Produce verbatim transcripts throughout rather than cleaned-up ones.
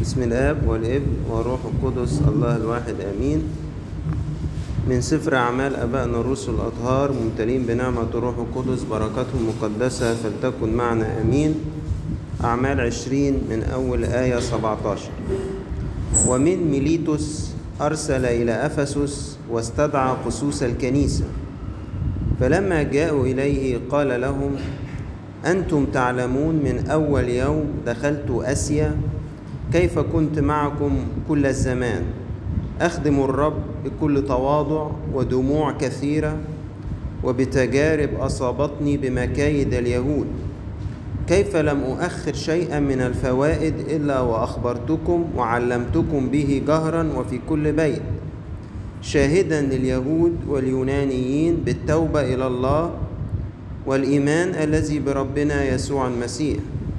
بسم الآب والابن والروح القدس الله الواحد آمين. من سفر أعمال أبائنا الرسل الأطهار ممتلين بنعمة الروح القدس بركاتهم مقدسة فلتكن معنا آمين. أعمال عشرين من أول آية سبعة عشر. ومن ميليتوس أرسل إلى أفسس واستدعى قسوس الكنيسة، فلما جاءوا إليه قال لهم: أنتم تعلمون من أول يوم دخلت آسيا كيف كنت معكم كل الزمان أخدم الرب بكل تواضع ودموع كثيرة وبتجارب أصابتني بمكايد اليهود، كيف لم أؤخر شيئا من الفوائد إلا وأخبرتكم وعلمتكم به جهرا وفي كل بيت، شاهدا لليهود واليونانيين بالتوبة إلى الله والإيمان الذي بربنا يسوع المسيح.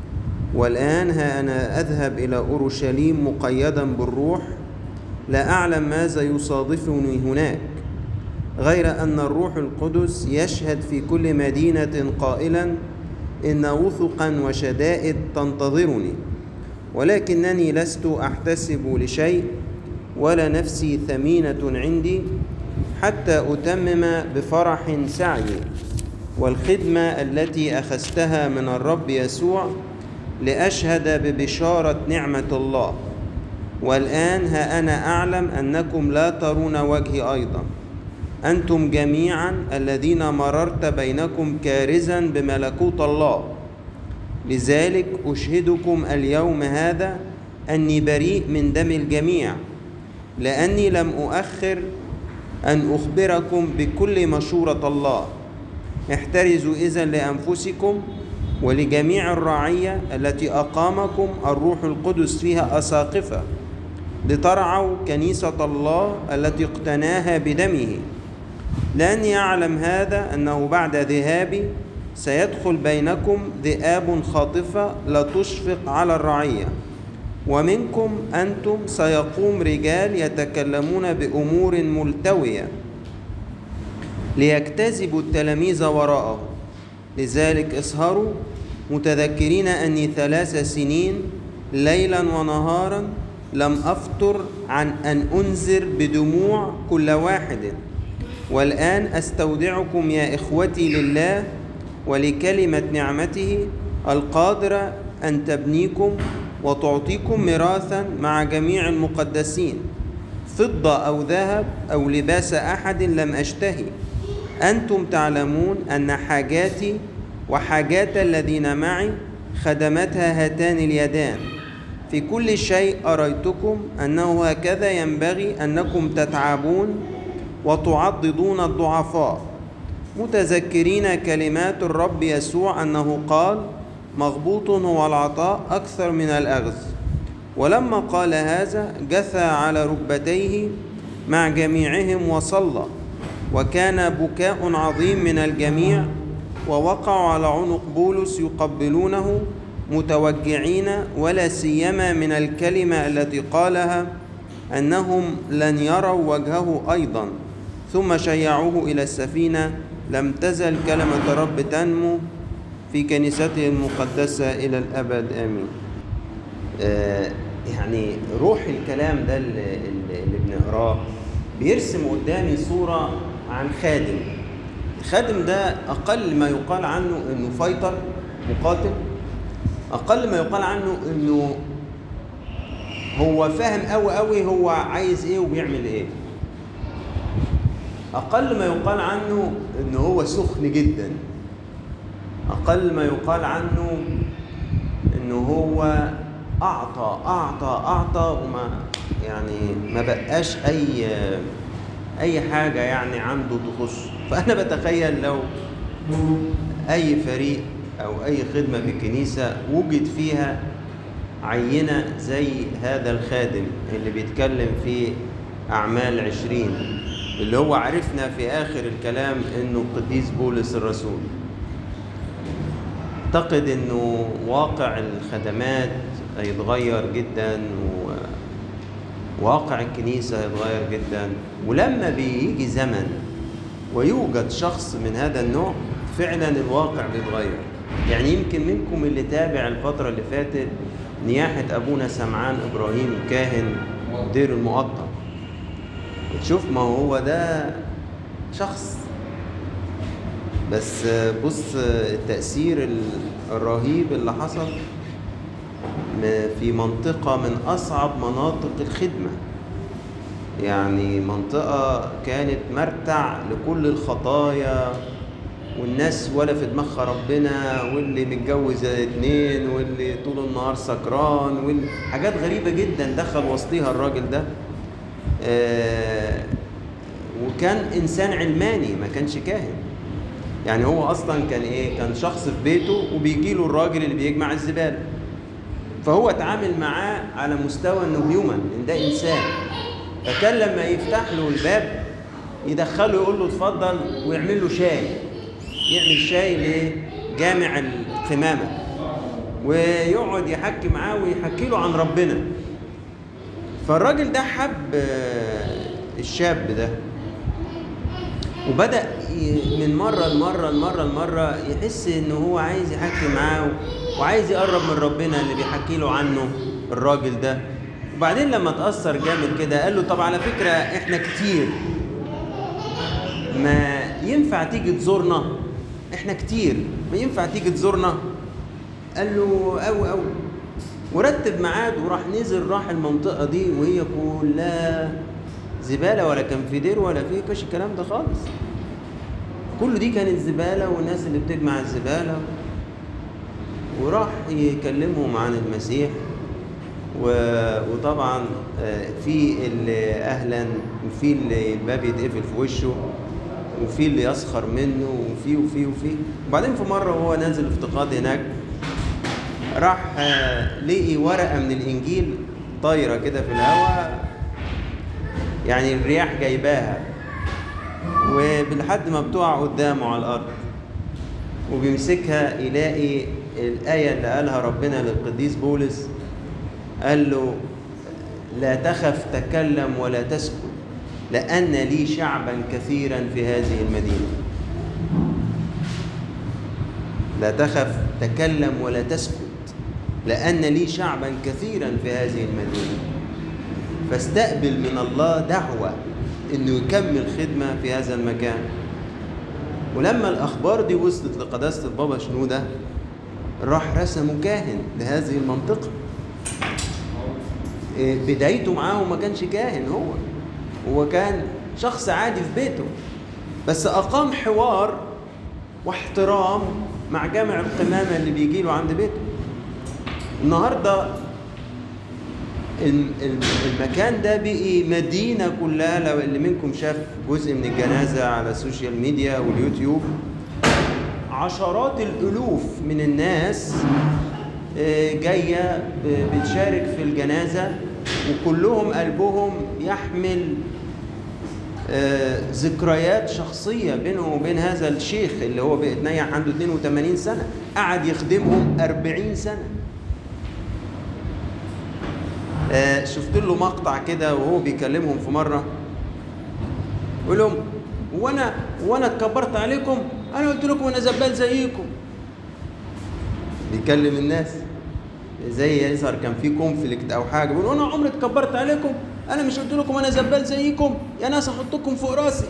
والآن ها أنا أذهب إلى أورشليم مقيدا بالروح، لا أعلم ماذا يصادفني هناك، غير أن الروح القدس يشهد في كل مدينة قائلا إن وثقا وشدائد تنتظرني، ولكنني لست أحتسب لشيء ولا نفسي ثمينة عندي حتى أتمم بفرح سعيي والخدمة التي أخذتها من الرب يسوع لأشهد ببشارة نعمة الله. والآن ها أنا أعلم أنكم لا ترون وجهي أيضا، أنتم جميعا الذين مررت بينكم كارزا بملكوت الله. لذلك أشهدكم اليوم هذا أني بريء من دم الجميع، لأني لم أؤخر أن أخبركم بكل مشورة الله. احترزوا إذن لأنفسكم ولجميع الرعية التي أقامكم الروح القدس فيها أساقفة، لترعوا كنيسة الله التي اقتناها بدمه، لأني أعلم هذا أنه بعد ذهابي سيدخل بينكم ذئاب خاطفة لا تشفق على الرعية، ومنكم أنتم سيقوم رجال يتكلمون بأمور ملتوية ليجتذبوا التلاميذ وراءه. لذلك اسهروا متذكرين أني ثلاث سنين ليلا ونهارا لم أفتر عن أن أنذر بدموع كل واحد. والآن أستودعكم يا إخوتي لله ولكلمة نعمته القادرة أن تبنيكم وتعطيكم ميراثا مع جميع المقدسين، فضة أو ذهب أو لباس أحد لم أشتهي. أنتم تعلمون أن حاجاتي وحاجات الذين معي خدمتها هاتان اليدان. في كل شيء أريتكم أنه هكذا ينبغي أنكم تتعبون وتعضدون الضعفاء، متذكرين كلمات الرب يسوع أنه قال: مغبوط هو العطاء أكثر من الأخذ. ولما قال هذا جثى على ركبتيه مع جميعهم وصلى، وكان بكاء عظيم من الجميع، ووقعوا على عنق بولس يقبلونه متوجعين، ولا سيما من الكلمة التي قالها أنهم لن يروا وجهه أيضا. ثم شيعوه إلى السفينة. لم تزل كلمة الرب تنمو في كنيسته المقدسة إلى الأبد آمين. آه يعني روح الكلام ده اللي, اللي بنقراه بيرسم قدامي صورة عن خادم. الخادم ده أقل ما يقال عنه إنه فايتر مقاتل، أقل ما يقال عنه إنه هو فاهم أوي أوي هو عايز إيه وبيعمل إيه، أقل ما يقال عنه إنه هو سخن جدا، أقل ما يقال عنه إنه هو أعطى أعطى أعطى وما يعني ما بقاش أي أي حاجة يعني عنده تخص. فأنا بتخيل لو أي فريق أو أي خدمة في الكنيسة وجد فيها عينة زي هذا الخادم اللي بيتكلم في أعمال عشرين، اللي هو عرفنا في آخر الكلام إنه القديس بولس الرسول. أعتقد إنه واقع الخدمات هيتغير جدا وواقع الكنيسة هيتغير جدا. ولما بيجي زمن ويوجد شخص من هذا النوع فعلا الواقع بيتغير. يعني يمكن منكم اللي تابع الفترة اللي فاتت نياحة أبونا سمعان إبراهيم كاهن دير المقطم. تشوف ما هو ده شخص، بس بص التأثير الرهيب اللي حصل في منطقة من أصعب مناطق الخدمة، يعني منطقة كانت مرتع لكل الخطايا، والناس ولا في دماغها ربنا، واللي متجوز اتنين، واللي طول النهار سكران، واللي حاجات غريبة جدا دخل وسطيها الراجل ده. آه وكان إنسان علماني، ما كانش كاهن. يعني هو أصلا كان إيه؟ كان شخص في بيته وبيجيله الراجل اللي بيجمع الزبالة، فهو اتعامل معاه على مستوى إنه هيومن، إن ده إنسان. فكان لما يفتح له الباب يدخله يقول له اتفضل، ويعمل له شاي، يعمل شاي لجامع القمامة، ويقعد يحكي معاه ويحكي له عن ربنا. فالراجل ده حب الشاب ده، وبدأ من مرة لمرة لمرة لمرة يحس إنه هو عايز يحكي معاه وعايز يقرب من ربنا اللي بيحكي له عنه الراجل ده. وبعدين لما تأثر جامد كده قال له طب على فكرة إحنا كتير، ما ينفع تيجي تزورنا؟ إحنا كتير، ما ينفع تيجي تزورنا؟ قال له أوي أوي، ورتب ميعاد وراح نزل، راح المنطقة دي وهي كلها زبالة، ولا كان في دير ولا في كش الكلام ده خالص. كل دي كانت زبالة والناس اللي بتجمع الزبالة. وراح يكلمهم عن المسيح، وطبعا في اللي أهلا، وفي اللي الباب يتقفل في وشه، وفي اللي يسخر منه، وفي وفي وفي وبعدين في مرة وهو نازل افتقاد هناك راح لقي ورقة من الإنجيل طايرة كده في الهواء، يعني الرياح جايباها، وبالحد ما بتقع قدامه على الأرض، وبيمسكها يلاقي الآية اللي قالها ربنا للقديس بولس، قال له لا تخف تكلم ولا تسكت، لأن لي شعبا كثيرا في هذه المدينة. لا تخف تكلم ولا تسكت، لأن لي شعبا كثيرا في هذه المدينة. فاستقبل من الله دعوة إنه يكمل خدمة في هذا المكان. ولما الأخبار دي وصلت لقداسة البابا شنودة راح رسمه كاهن لهذه المنطقة. بدايته معاه ما كانش كاهن، هو هو كان شخص عادي في بيته، بس أقام حوار واحترام مع جامع القمامة اللي بيجي له عند بيته. النهاردة المكان ده بقي مدينة كلها. لو اللي منكم شاف جزء من الجنازة على السوشيال ميديا واليوتيوب، عشرات الألوف من الناس جاية بتشارك في الجنازة، وكلهم قلبهم يحمل ذكريات شخصية بينه وبين هذا الشيخ اللي هو بيتنيح عنده اثنين وثمانين سنة، قعد يخدمهم أربعين سنة. شفت له مقطع كده وهو بيكلمهم في مرة، يقول لهم وانا وانا اتكبرت عليكم؟ انا قلت لكم انا زبال زيكم. بيكلم الناس زي يظهر كان في كونفليكت او حاجه، بيقول انا عمري اتكبرت عليكم؟ انا مش قلت لكم انا زبال زيكم؟ يا ناس احطكم فوق راسي.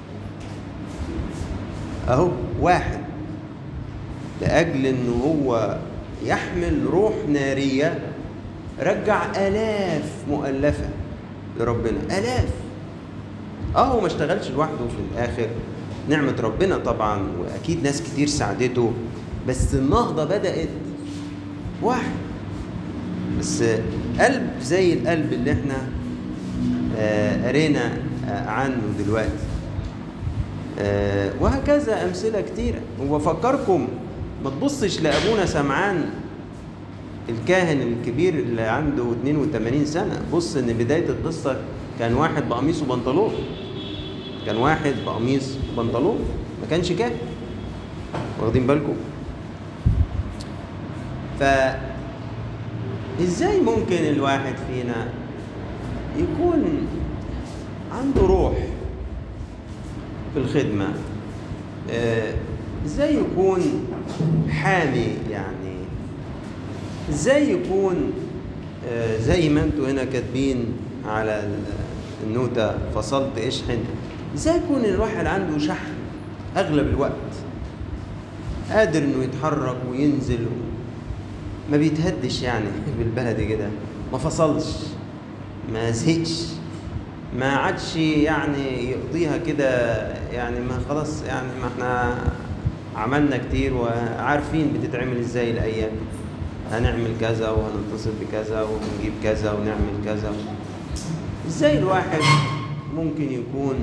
اهو واحد لاجل انه هو يحمل روح ناريه رجع آلاف مؤلفة لربنا، آلاف. اه هو ما اشتغلش لوحده في الآخر، نعمة ربنا طبعا، وأكيد ناس كتير ساعدته، بس النهضة بدأت واحد بس، قلب زي القلب اللي احنا آه قرينا آه عنه دلوقتي. آه وهكذا أمثلة كتيرة. وبفكركم ما تبصش لأبونا سمعان الكاهن الكبير اللي عنده اثنين وثمانين سنة، بص ان بداية القصة كان واحد بقميص وبنطلون، كان واحد بقميص وبنطلون، ما كانش كاهن. واخدين بالكم؟ فازاي ممكن الواحد فينا يكون عنده روح في الخدمة؟ ازاي يكون حامي؟ يعني ازاي يكون آه زي ما انتوا هنا كاتبين على النوتة فصلت اشحن، ازاي يكون الواحد عنده شحن اغلب الوقت قادر انه يتحرك وينزل ما بيتهدش يعني بالبلدي كده، ما فصلش ما زهقش ما عادش يعني يقضيها كده يعني، ما خلاص يعني ما احنا عملنا كتير وعارفين بتتعمل ازاي الايام، هنعمل كذا وهنتصل بكذا ونجيب كذا ونعمل كذا. ازاي الواحد ممكن يكون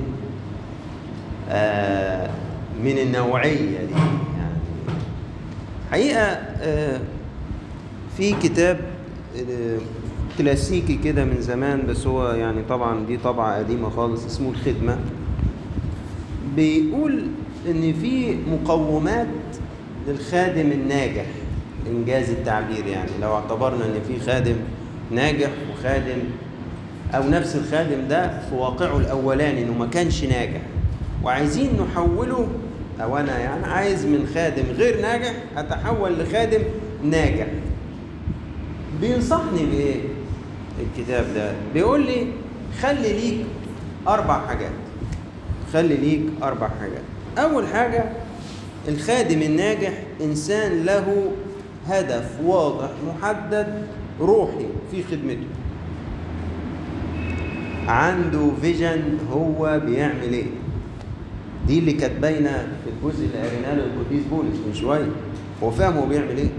آه من النوعية دي يعني؟ حقيقة آه في كتاب آه كلاسيكي كده من زمان، بس هو يعني طبعا دي طبعة قديمة خالص، اسمه الخدمة. بيقول ان في مقومات للخادم الناجح، انجاز التعبير يعني، لو اعتبرنا ان في خادم ناجح وخادم او نفس الخادم ده في واقعه الاولاني انه ما كانش ناجح وعايزين نحوله، او انا يعني عايز من خادم غير ناجح اتحول لخادم ناجح، بينصحني بايه الكتاب ده؟ بيقول لي خلي ليك اربع حاجات، خلي ليك اربع حاجات. اول حاجة الخادم الناجح انسان له هدف واضح محدد روحي في خدمته، عنده فيجن هو بيعمل ايه. دي اللي كانت باينه في الجزء اللي قريناه للقديس بولس من شويه، هو فاهم هو بيعمل ايه.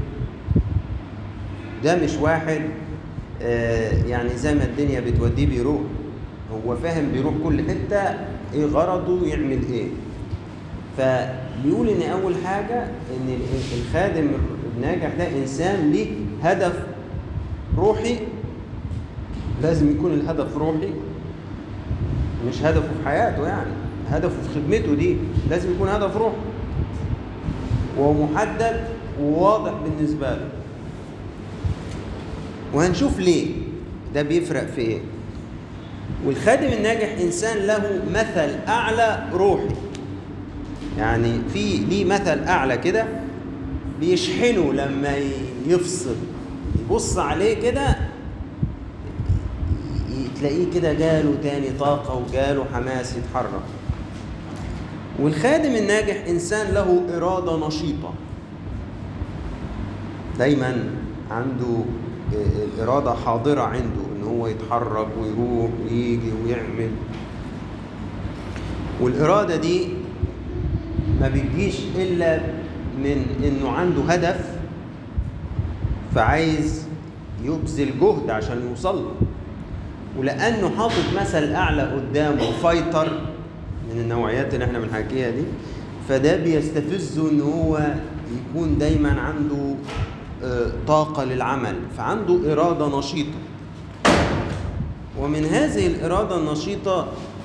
ده مش واحد آه يعني زي ما الدنيا بتوديه بيروح، هو فاهم بيروح كل حته ايه غرضه يعمل ايه. فبيقول ان اول حاجه ان الخادم الناجح ده انسان ليه هدف روحي، لازم يكون الهدف روحي مش هدفه في حياته يعني، هدفه في خدمته دي لازم يكون هدف روحي ومحدد وواضح بالنسبه له. وهنشوف ليه ده بيفرق في ايه. والخادم الناجح انسان له مثل اعلى روحي، يعني في ليه مثل اعلى كده بيشحنه لما يفصل، يبص عليه كده تلاقيه كده جاله تاني طاقة وجاله حماس يتحرك. والخادم الناجح إنسان له إرادة نشيطة، دايما عنده الإرادة حاضرة عنده إن هو يتحرك ويروح ويجي ويعمل. والإرادة دي ما بتجيش إلا من إنه عنده هدف فعايز يبذل جهد عشان يوصل له، ولأنه حاطط مثل أعلى قدامه فايتر من النوعيات اللي احنا بنحكيها دي، فده بيستفزه إن هو يكون دايما عنده طاقة للعمل، فعنده إرادة نشيطة. ومن هذه الإرادة النشيطة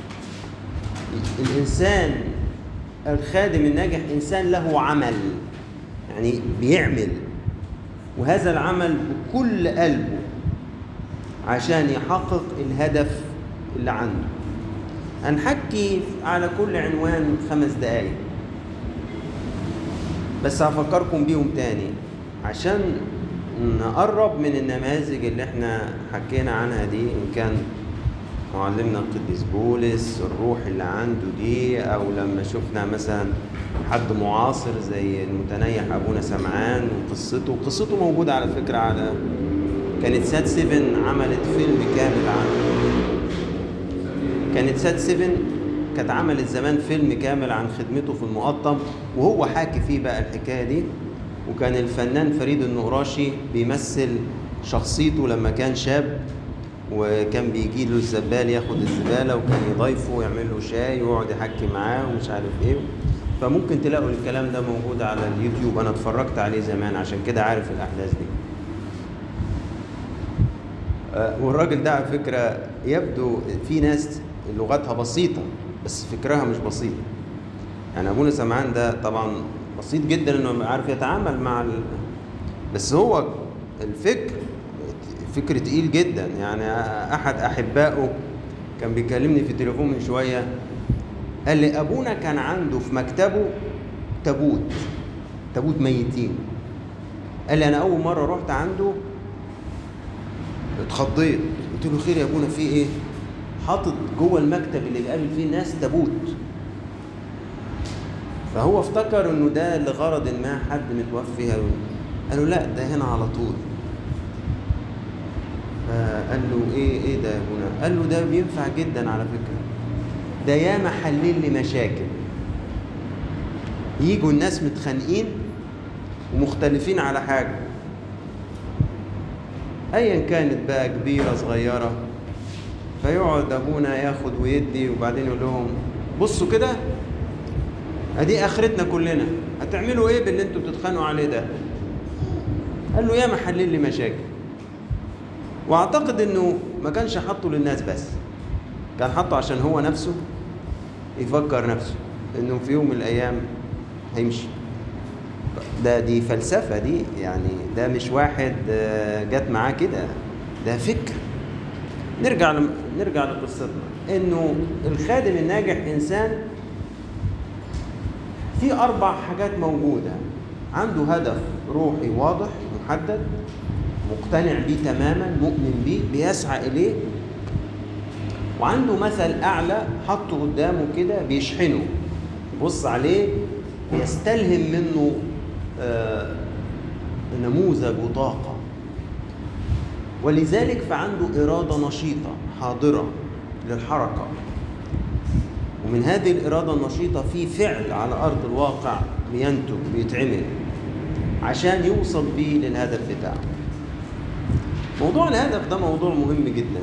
الإنسان الخادم الناجح إنسان له عمل، يعني بيعمل، وهذا العمل بكل قلبه عشان يحقق الهدف اللي عنده. هنحكي على كل عنوان خمس دقايق بس هفكركم بيهم تاني عشان نقرب من النماذج اللي احنا حكينا عنها دي، ان كان معلمنا القديس بولس الروح اللي عنده دي، او لما شفنا مثلا حد معاصر زي المتنيح ابونا سمعان وقصته. قصته موجودة على فكرة على كانت سات سيفن عملت فيلم كامل عنه، كانت سات سيفن كانت عملت زمان فيلم كامل عن خدمته في المقطم وهو حاكي فيه بقى الحكاية دي. وكان الفنان فريد النقراشي بيمثل شخصيته لما كان شاب، وكان بيجي له الزبال ياخد الزبالة وكان يضيفه ويعمل له شاي ويقعد يحكي معاه ومش عارف ايه. فممكن تلاقوا الكلام ده موجود على اليوتيوب، انا اتفرجت عليه زمان عشان كده عارف الاحداث دي. والراجل ده على فكرة يبدو في ناس لغتها بسيطة بس فكرها مش بسيط. يعني أبونا سمعان ده طبعا بسيط جدا إنه عارف يتعامل مع ال... بس هو الفكر فكر تقيل جدا. يعني أحد أحبائه كان بيكلمني في التليفون من شوية، قال لي أبونا كان عنده في مكتبه تابوت تابوت ميتين. قال لي أنا أول مرة رحت عنده اتخضيت، قلت له خير يا ابونا في ايه؟ حاطط جوه المكتب اللي بيقابل فيه الناس تابوت. فهو افتكر انه ده لغرض ما حد متوفي. قال له لا ده هنا على طول. فقال له ايه ايه ده يا ابونا؟ قال له ده بينفع جدا على فكره، ده ياما حلل لي مشاكل. يجوا الناس متخانقين ومختلفين على حاجه ايا كانت بقى، كبيره صغيره، فيقعد ابونا ياخد ويدي وبعدين يقول لهم بصوا كده ادي اخرتنا كلنا، هتعملوا ايه باللي انتوا بتتخانقوا عليه ده؟ قال له ياما حلل لي مشاكل. واعتقد انه ما كانش حاطه للناس بس، كان حاطه عشان هو نفسه يفكر نفسه انه في يوم من الايام هيمشي. ده دي فلسفه دي، يعني ده مش واحد جت معاه كده، ده فكر. نرجع لم... نرجع لقصتنا، انه الخادم الناجح انسان في اربع حاجات موجوده: عنده هدف روحي واضح محدد، مقتنع بيه تماما، مؤمن بيه، بيسعى اليه، وعنده مثل اعلى حطه قدامه كده بيشحنه، بص عليه بيستلهم منه آه نموذج وطاقه. ولذلك فعنده اراده نشيطه حاضره للحركه، ومن هذه الاراده النشيطه في فعل على ارض الواقع بينتج بيتعمل عشان يوصل بيه للهدف بتاعه. موضوع الهدف ده موضوع مهم جدا،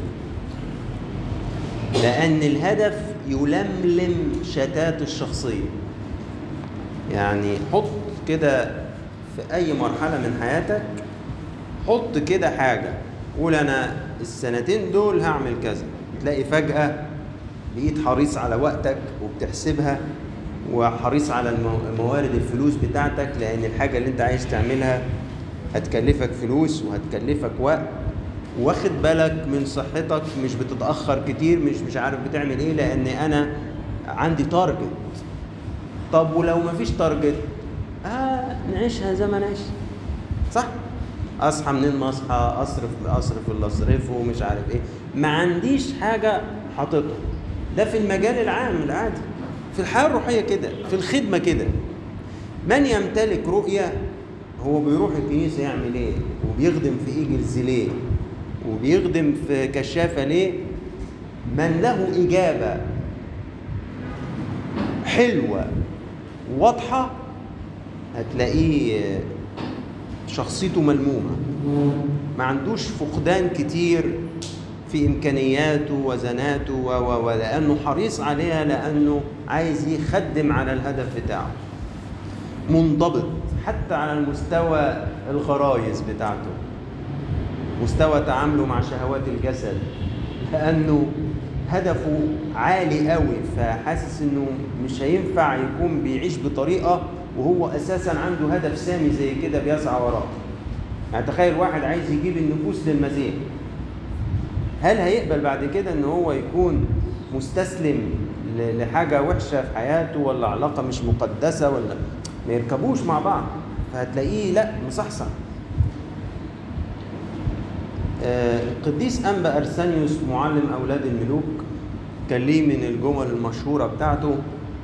لأن الهدف يلملم شتات الشخصية. يعني حط كده في أي مرحلة من حياتك، حط كده حاجة، قول أنا السنتين دول هعمل كذا، تلاقي فجأة بقيت حريص على وقتك وبتحسبها، وحريص على موارد الفلوس بتاعتك، لأن الحاجة اللي أنت عايز تعملها هتكلفك فلوس وهتكلفك وقت، واخد بالك من صحتك، مش بتتأخر كتير، مش مش عارف بتعمل ايه، لان انا عندي تارجت. طب ولو مفيش تارجت، اه نعيشها زي ما نعيش، صح؟ اصحى منين ما اصحى، اصرف اصرف اللي اصرفه، مش عارف ايه، ما عنديش حاجة حاططها. ده في المجال العام العادي، في الحياة الروحية كده، في الخدمة كده. من يمتلك رؤية هو بيروح الكنيسة يعمل ايه، وبيخدم في ايجلز ليه، وبيخدم في كشافة ليه. من له إجابة حلوة واضحة هتلاقيه شخصيته ملمومة، ما عندوش فقدان كتير في إمكانياته وزناته، ولأنه حريص عليها، لأنه عايز يخدم على الهدف بتاعه. منضبط حتى على المستوى الغرايز بتاعته، مستوى تعامله مع شهوات الجسد، لأنه هدفه عالي قوي، فحاسس انه مش هينفع يكون بيعيش بطريقة وهو أساسا عنده هدف سامي زي كده بيسعى وراه. يعني تخيل واحد عايز يجيب النفوس للمسيح، هل هيقبل بعد كده ان هو يكون مستسلم لحاجة وحشة في حياته، ولا علاقة مش مقدسة، ولا ما يركبوش مع بعض؟ فهتلاقيه لا مصحصح. القديس أنبا أرسانيوس معلم أولاد الملوك كان ليه من الجمل المشهورة بتاعته: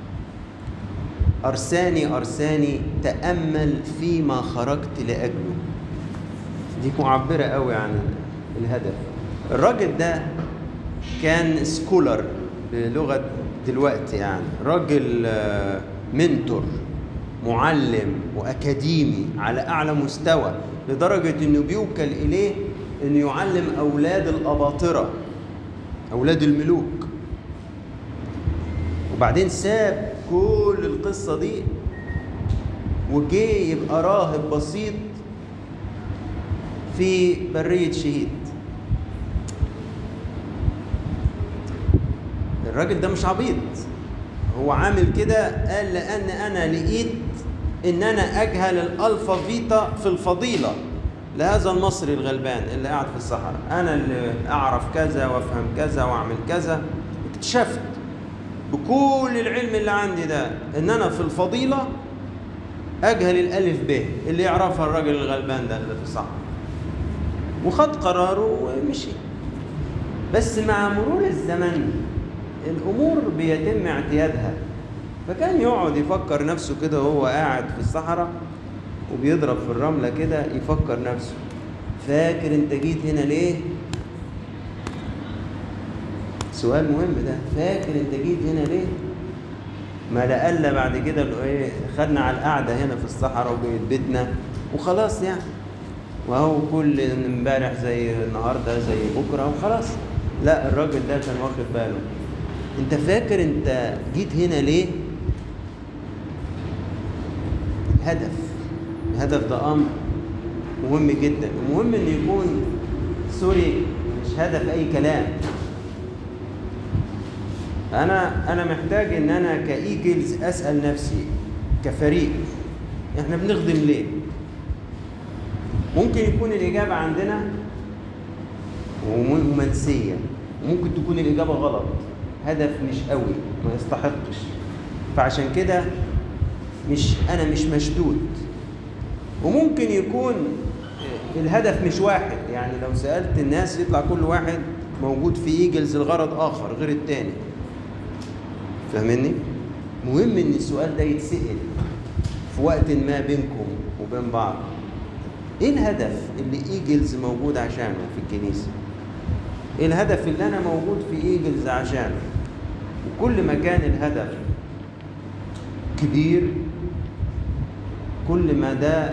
أرساني أرساني تأمل فيما خرجت لأجله. دي معبرة قوي عن الهدف. الراجل ده كان سكولر بلغة دلوقتي، يعني راجل منتور، معلم وأكاديمي على أعلى مستوى، لدرجة أنه بيوكل إليه أنه يعلم أولاد الأباطرة، أولاد الملوك. وبعدين ساب كل القصة دي وجي يبقى راهب بسيط في برية شهيد. الراجل ده مش عبيط، هو عامل كده قال لأن أنا لقيت إن أنا أجهل الألفا فيتا في الفضيلة لهذا المصري الغلبان اللي قاعد في الصحراء، أنا اللي أعرف كذا وأفهم كذا وأعمل كذا. اكتشفت بكل العلم اللي عندي ده إن أنا في الفضيلة أجهل الألف ب اللي يعرفها الراجل الغلبان ده اللي في الصحراء. وخد قراره ومشي. بس مع مرور الزمن الأمور بيتم اعتيادها، فكان يقعد يفكر نفسه كده وهو قاعد في الصحراء وبيضرب في الرملة كده، يفكر نفسه فاكر انت جيت هنا ليه؟ سؤال مهم ده، فاكر انت جيت هنا ليه؟ ما لقى بعد كده ايه، خدنا على القعدة هنا في الصحراء وبقيت بيتنا وخلاص يعني، وهو كل امبارح زي النهارده زي بكره وخلاص. لا، الراجل ده كان واخد باله. انت فاكر انت جيت هنا ليه؟ هدف. الهدف ده امر مهم جدا، ومهم ان يكون سوري مش هدف اي كلام. انا انا محتاج ان انا كايجلز اسال نفسي كفريق، احنا بنخدم ليه؟ ممكن يكون الاجابه عندنا ومنسيه، وممكن تكون الاجابه غلط، هدف مش قوي ما يستحقش، فعشان كده مش انا مش مشدود. وممكن يكون الهدف مش واحد، يعني لو سالت الناس يطلع كل واحد موجود في ايجلز الغرض اخر غير التاني. فاهمني؟ مهم ان السؤال ده يتسال في وقت ما بينكم وبين بعض. ايه الهدف اللي ايجلز موجود عشانه في الكنيسه؟ ايه الهدف اللي انا موجود في ايجلز عشانه؟ وكل ما كان الهدف كبير كل ما ده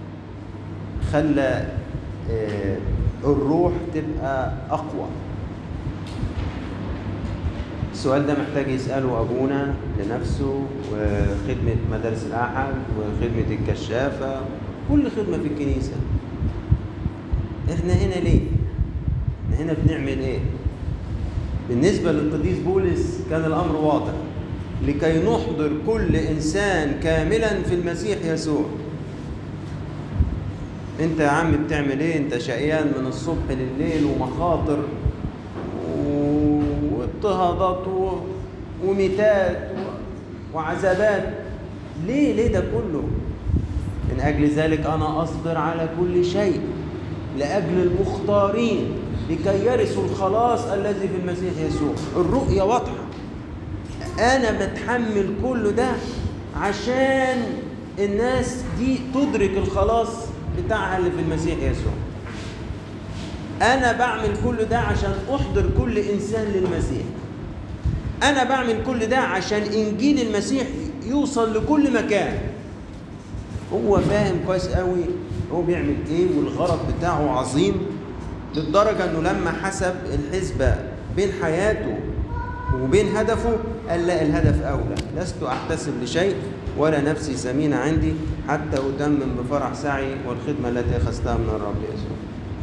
خلى آه الروح تبقى اقوى. السؤال ده محتاج يسأله أبونا لنفسه، وخدمة مدارس الأحد، وخدمة الكشافة، كل خدمة في الكنيسة. إحنا هنا ليه؟ إحنا هنا بنعمل إيه؟ بالنسبة للقديس بولس كان الأمر واضح، لكي نحضر كل إنسان كاملا في المسيح يسوع. أنت يا عم بتعمل إيه؟ أنت شقيان من الصبح لليل ومخاطر واضطهادات وميتات وعذابات. ليه ليه ده كله؟ من أجل ذلك أنا أصبر على كل شيء لأجل المختارين لكي يرثوا الخلاص الذي في المسيح يسوع. الرؤية واضحة، أنا بتحمل كل ده عشان الناس دي تدرك الخلاص بتاعها اللي في المسيح يسوع. أنا بعمل كل ده عشان أحضر كل إنسان للمسيح. أنا بعمل كل ده عشان إنجيل المسيح يوصل لكل مكان. هو فاهم كويس قوي هو بيعمل إيه، والغرض بتاعه عظيم للدرجة إنه لما حسب الحسبة بين حياته وبين هدفه قال لا، الهدف أولى. لست أحتسب لشيء ولا نفسي ثمينة عندي حتى أتمم بفرح سعي والخدمة التي أخذتها من الرب يسوع.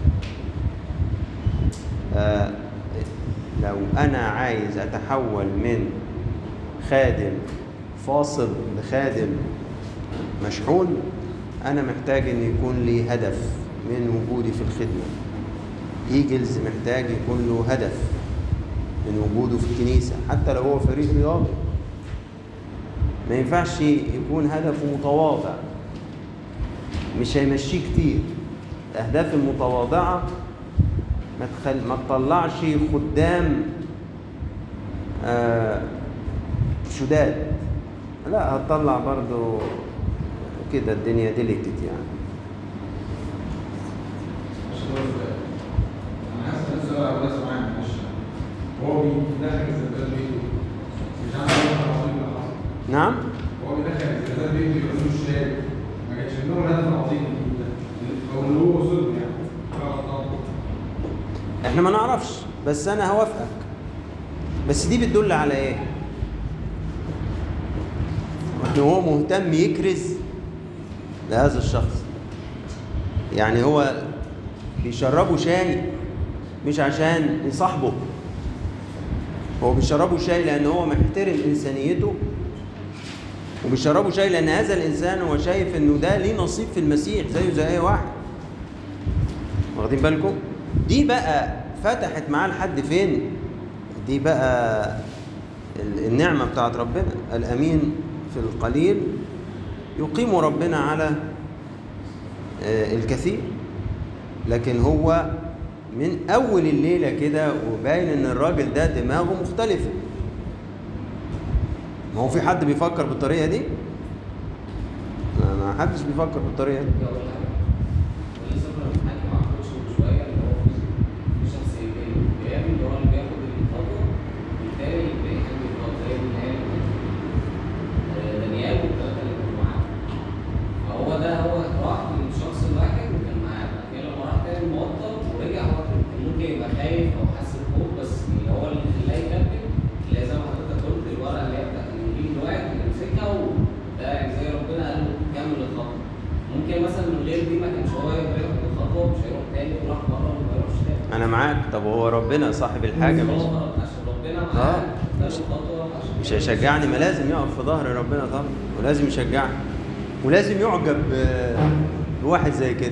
آه لو أنا عايز أتحول من خادم فاصل لخادم مشحون، أنا محتاج أن يكون لي هدف من وجودي في الخدمة. إيجلز محتاج يكون له هدف من وجوده في الكنيسة، حتى لو هو فريق رياضي. ما ينفعش يكون هدفه متواضع، مش هيمشيه كتير. الأهداف المتواضعة ما تخل... ما تطلعش خدام آه شداد، لا هتطلع برضو كده الدنيا ديليكت يعني. انا حاسس ان السؤال على الناس معايا مش هو بيدخل الزبدات بيته مش عارف العظيم اللي حصل. نعم، هو بيدخل الزبدات بيته يبقى له الشارع، ما كانش منهم الهدف العظيم ده او اللي هو وصل يعني. احنا ما نعرفش، بس انا هوافقك. بس دي بتدل على ايه؟ ان هو مهتم يكرز لهذا الشخص. يعني هو بيشربه شاي مش عشان يصاحبه، هو بيشربه شاي لان هو محترم انسانيته، وبيشربه شاي لان هذا الانسان هو شايف انه ده ليه نصيب في المسيح زيه زي اي واحد. واخدين بالكم؟ دي بقى فتحت معاه لحد فين؟ دي بقى النعمة بتاعت ربنا. الأمين في القليل يقيم ربنا على الكثير. لكن هو من اول الليله كده وباين ان الراجل ده دماغه مختلفه. ما هو في حد بيفكر بالطريقه دي؟ ما حدش بيفكر بالطريقه دي. انا معاك. طب هو ربنا صاحب الحاجه مش اه مش, مش هيشجعني؟ ما لازم يقف في ظهر ربنا طبعا، ولازم يشجعني، ولازم يعجب بواحد زي كده.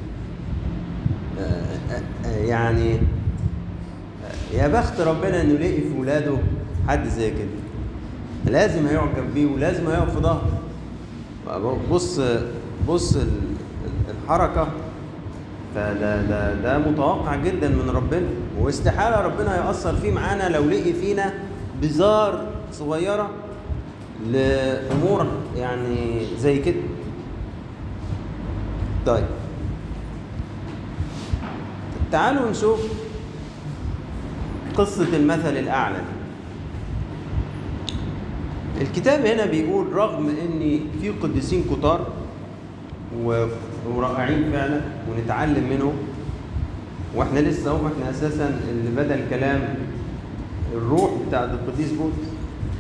يعني يا بخت ربنا انه يلاقي في ولاده حد زي كده، لازم هيعجب بيه ولازم هيقف في ظهره. بص بص الحركه، فده ده ده متوقع جدا من ربنا، واستحاله ربنا يأثر فيه معانا لو لقي فينا بذار صغيره لامور يعني زي كده. طيب تعالوا نشوف قصه المثل الاعلى دي. الكتاب هنا بيقول رغم ان في قديسين كتار ورائعين فعلا ونتعلم منهم، واحنا لسه اهو احنا اساسا اللي بدا الكلام الروح بتاع القديس بولس،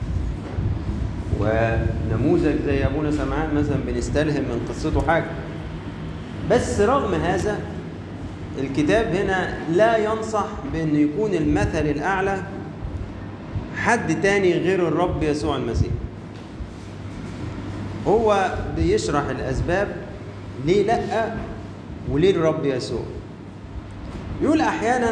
ونموذج زي ابونا سمعان مثلا بنستلهم من قصته حاجه. بس رغم هذا الكتاب هنا لا ينصح بان يكون المثل الاعلى حد تاني غير الرب يسوع المسيح. هو بيشرح الاسباب ليه لا وليه الرب يسوع. يقول احيانا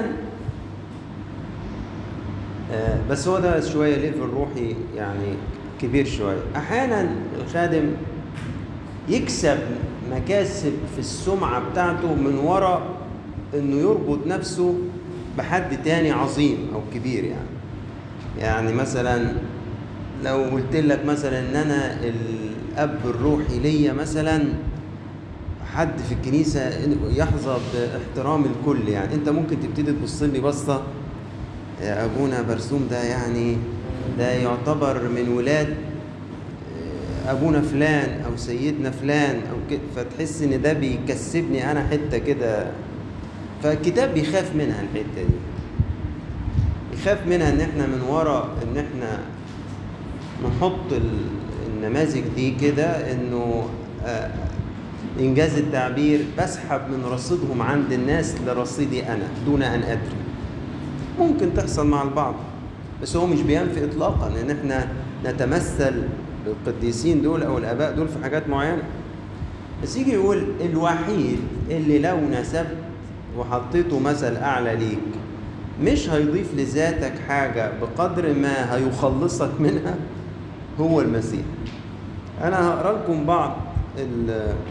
آه بس هو ده شويه ليفل الروحي يعني كبير شويه. احيانا الخادم يكسب مكاسب في السمعه بتاعته من وراء انه يربط نفسه بحد تاني عظيم او كبير. يعني يعني مثلا لو قلت لك مثلا ان انا الاب الروحي ليا مثلا حد في الكنيسه يحظى باحترام الكل، يعني انت ممكن تبتدي تبص لي بصه يا ابونا برسوم ده يعني ده يعتبر من ولاد ابونا فلان او سيدنا فلان او كده، فتحس ان ده بيكسبني انا حته كده. فالكتاب بيخاف منها الحته دي، يخاف منها ان احنا من وراء ان احنا نحط النماذج دي كده انه آه انجاز التعبير بسحب من رصيدهم عند الناس لرصيدي انا دون ان ادري. ممكن تحصل مع البعض، بس هو مش بينفي اطلاقا ان احنا نتمثل بالقديسين دول او الاباء دول في حاجات معينه. بس يجي يقول الوحيد اللي لو نسبت وحطيته مثل اعلى ليك مش هيضيف لذاتك حاجه بقدر ما هيخلصك منها هو المسيح. انا هقرا لكم بعض ال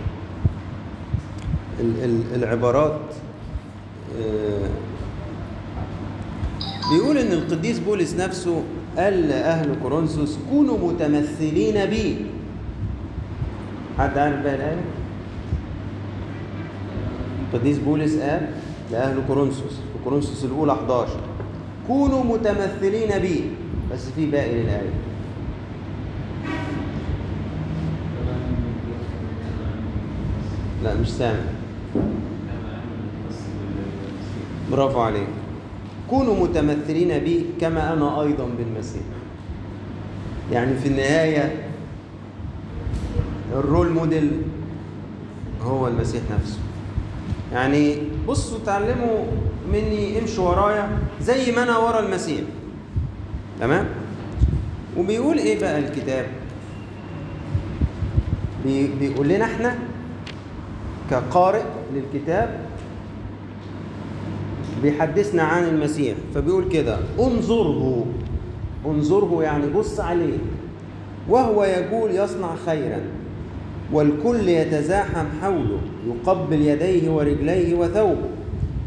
ال ال العبارات. بيقول ان القديس بولس نفسه قال لاهل كورنثوس كونوا متمثلين بي. حد عارف بقى الايه؟ القديس بولس قال لاهل كورنثوس في كورنثوس الاولى احد عشر كونوا متمثلين بي، بس في باقي للايه. لا مش سامع. برافو عليك. كونوا متمثلين بي كما أنا أيضا بالمسيح. يعني في النهاية الرول موديل هو المسيح نفسه. يعني بصوا تعلموا مني، امشوا ورايا زي ما أنا ورا المسيح. تمام؟ وبيقول إيه بقى الكتاب؟ بيقول لنا إحنا كقارئ للكتاب بيحدثنا عن المسيح، فبيقول كده انظره انظره يعني بص عليه وهو يقول يصنع خيرا والكل يتزاحم حوله يقبل يديه ورجليه وثوبه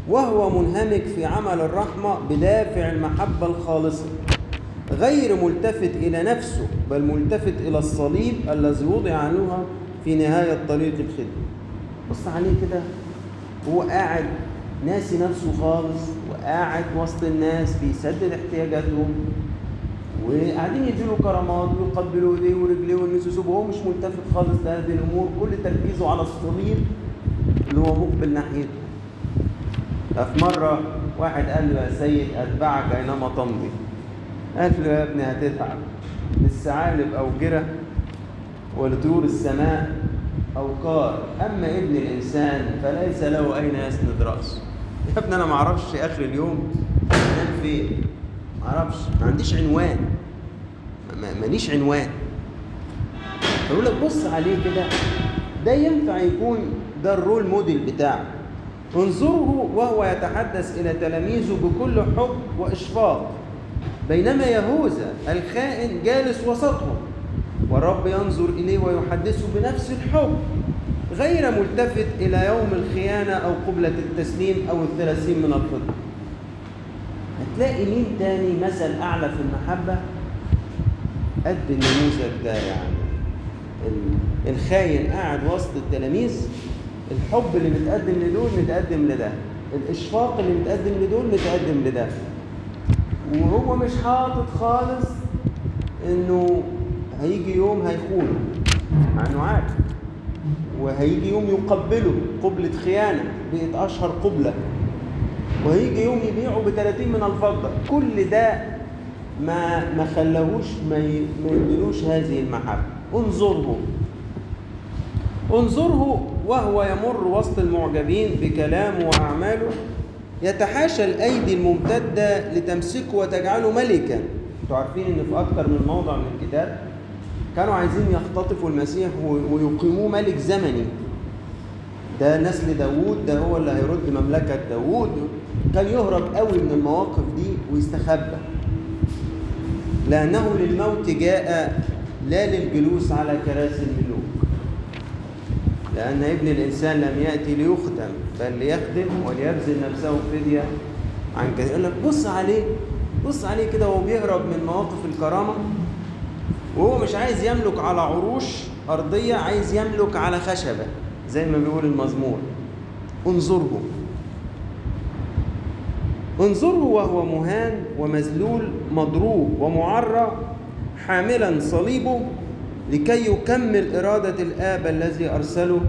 وهو منهمك في عمل الرحمة بدافع المحبة الخالصة، غير ملتفت إلى نفسه بل ملتفت إلى الصليب الذي وضع عنها في نهاية طريق الخدمة. بص عليه كده، هو قاعد ناسي نفسه خالص، وقاعد وسط الناس بيسدد احتياجاتهم، وقاعدين يديله كرامات ويقبلوا ايديه ورجليه ويلمسوا ثوبه، وهو مش ملتفت خالص لهذه الامور، كل تركيزه على الصليب اللي هو مقبل ناحيته. ففي مره واحد قال له: يا سيد اتبعك اينما تمضي. قال له: يا ابني هتتعب، للثعالب اوجره ولطيور السماء اوقار، اما ابن الانسان فليس له اين يسند راسه. يا ابني انا ما اعرفش اخر اليوم انام فين، ما اعرفش، ما عنديش عنوان، ماليش عنوان. فيقول لك بص عليه كده، ده ينفع يكون ده الرول موديل بتاعه. انظره وهو يتحدث الى تلاميذه بكل حب واشفاق، بينما يهوذا الخائن جالس وسطهم، والرب ينظر اليه ويحدثه بنفس الحب، غير ملتفت الى يوم الخيانه او قبله التسليم او الثلاثين من الفضه. هتلاقي مين تاني مثل اعلى في المحبه قد النموذج ده؟ يعني الخاين قاعد وسط التلاميذ، الحب اللي متقدم لدول متقدم لده، الاشفاق اللي متقدم لدول متقدم لده، وهو مش حاطط خالص انه هيجي يوم هيخونه، مع انه عارف، وهيجي يوم يقبله قبلة خيانة بقت اشهر قبلة، وهيجي يوم يبيعه بثلاثين من الفضة. كل ده ما ما خلاهوش ما يدلوش هذه المحبة. انظره انظره وهو يمر وسط المعجبين بكلامه وأعماله، يتحاشى الأيدي الممتدة لتمسكه وتجعله ملكا. انتوا عارفين ان في أكتر من موضع من الكتاب كانوا عايزين يختطفوا المسيح ويقيموه ملك زمني، ده نسل داوود، ده هو اللي هيرد مملكة داوود. كان يهرب قوي من المواقف دي ويستخبى، لأنه للموت جاء لا للجلوس على كراسي الملوك، لأن ابن الإنسان لم يأتي ليخدم بل ليخدم وليبذل نفسه فدية عن كثير. يقول لك بص عليه، بص عليه كده وهو بيهرب من مواقف الكرامة، وهو مش عايز يملك على عروش أرضية، عايز يملك على خشبة زي ما بيقول المزمور. انظره انظره وهو مهان ومذلول مضروب ومعرى، حاملا صليبه لكي يكمل إرادة الآب الذي أرسله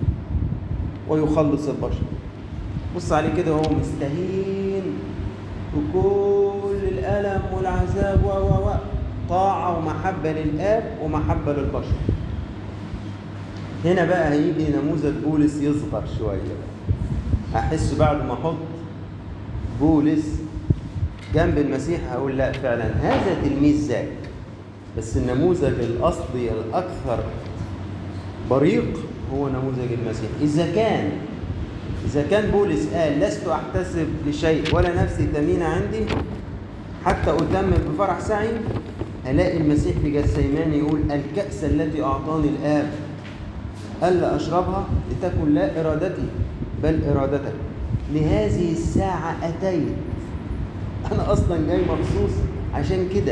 ويخلص البشر. بص عليه كده وهو مستهين بكل الألم والعذاب و و و طاعة ومحبة للآب ومحبة للبشر. هنا بقى هيجي نموذج بولس يصغر شوية. أحس بعد ما أحط بولس جنب المسيح هقول لا فعلا هذا تلميذ ذاك، بس النموذج الأصلي الأكثر بريق هو نموذج المسيح. إذا كان إذا كان بولس قال لست أحتسب لشيء ولا نفسي ثمينة عندي حتى أتمم بفرح سعي، هلاقي المسيح في جثيماني يقول الكأس التي أعطاني الآب ألا أشربها لتكن لا إرادتي بل إرادتك، لهذه الساعة أتيت. أنا أصلا جاي مخصوص عشان كده.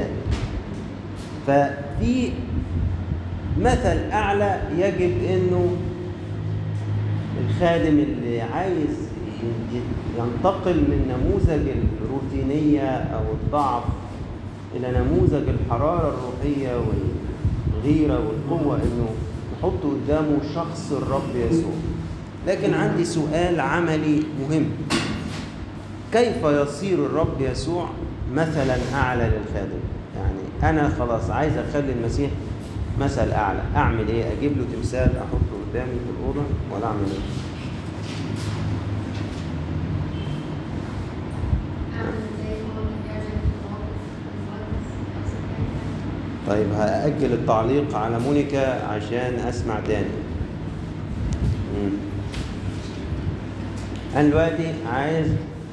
ففي مثل أعلى يجب أنه الخادم اللي عايز ينتقل من نموذج الروتينية أو الضعف إلى نموذج الحرارة الروحية والغيرة والقوة، أنه نحط قدامه شخص الرب يسوع. لكن عندي سؤال عملي مهم: كيف يصير الرب يسوع مثلا أعلى للخادم؟ يعني أنا خلاص عايز أخلي المسيح مثل أعلى، أعمل إيه؟ أجيب له تمثال أحطه قدامي في الأوضة ولا أعمل إيه؟ طيب هأجل التعليق على مونيكا عشان أسمع تاني. مم. أنا دلوقتي عايز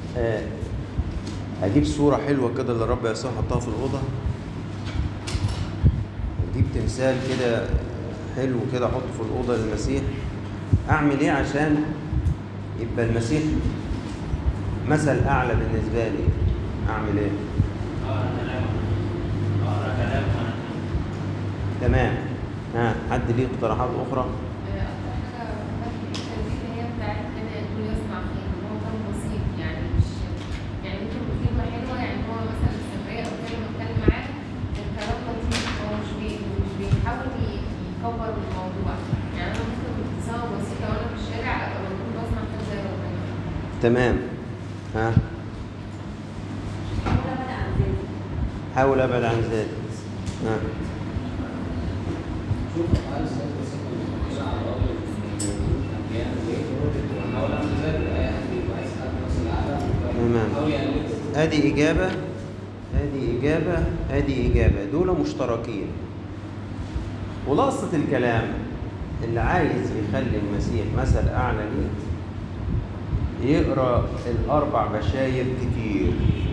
أجيب صورة حلوة كده اللي الرب يسوع حطها في الأوضة، أجيب تمثال كده حلو كده أحطه في الأوضة للمسيح. أعمل إيه عشان يبقى المسيح مثل أعلى بالنسبة لي أعمل إيه؟ أقرأ كلام أقرأ كلام أنا. تمام. ها حد ليه اقتراحات أخرى؟ أكتر حاجة بحب التمرين هي بتاعت كان يقول يسمع خير، هو كان بسيط يعني مش يعني ممكن تكون كلمة حلوة، يعني هو مثلا السفرية أو كلمة بتكلم معاه الكلام لطيف، هو مش بي مش بيحاول يكبر الموضوع، يعني أنا ممكن بابتسامة بسيطة وأنا في الشارع أبقى بكون بسمع كده زي ربنا. تمام. ها حاول أبعد عن ذاتي. ها شوف أنا سألت بس كنت على الراجل أحيانا ليه أو لما تذاكر أي حد يبقى عايز حد نفس العالم تمام. أو يقلد. ادي اجابه ادي اجابه ادي اجابه، دول مشتركين. خلاصه الكلام اللي عايز يخلي المسيح مثل اعلى ليه يقرا الاربع بشاير كتير،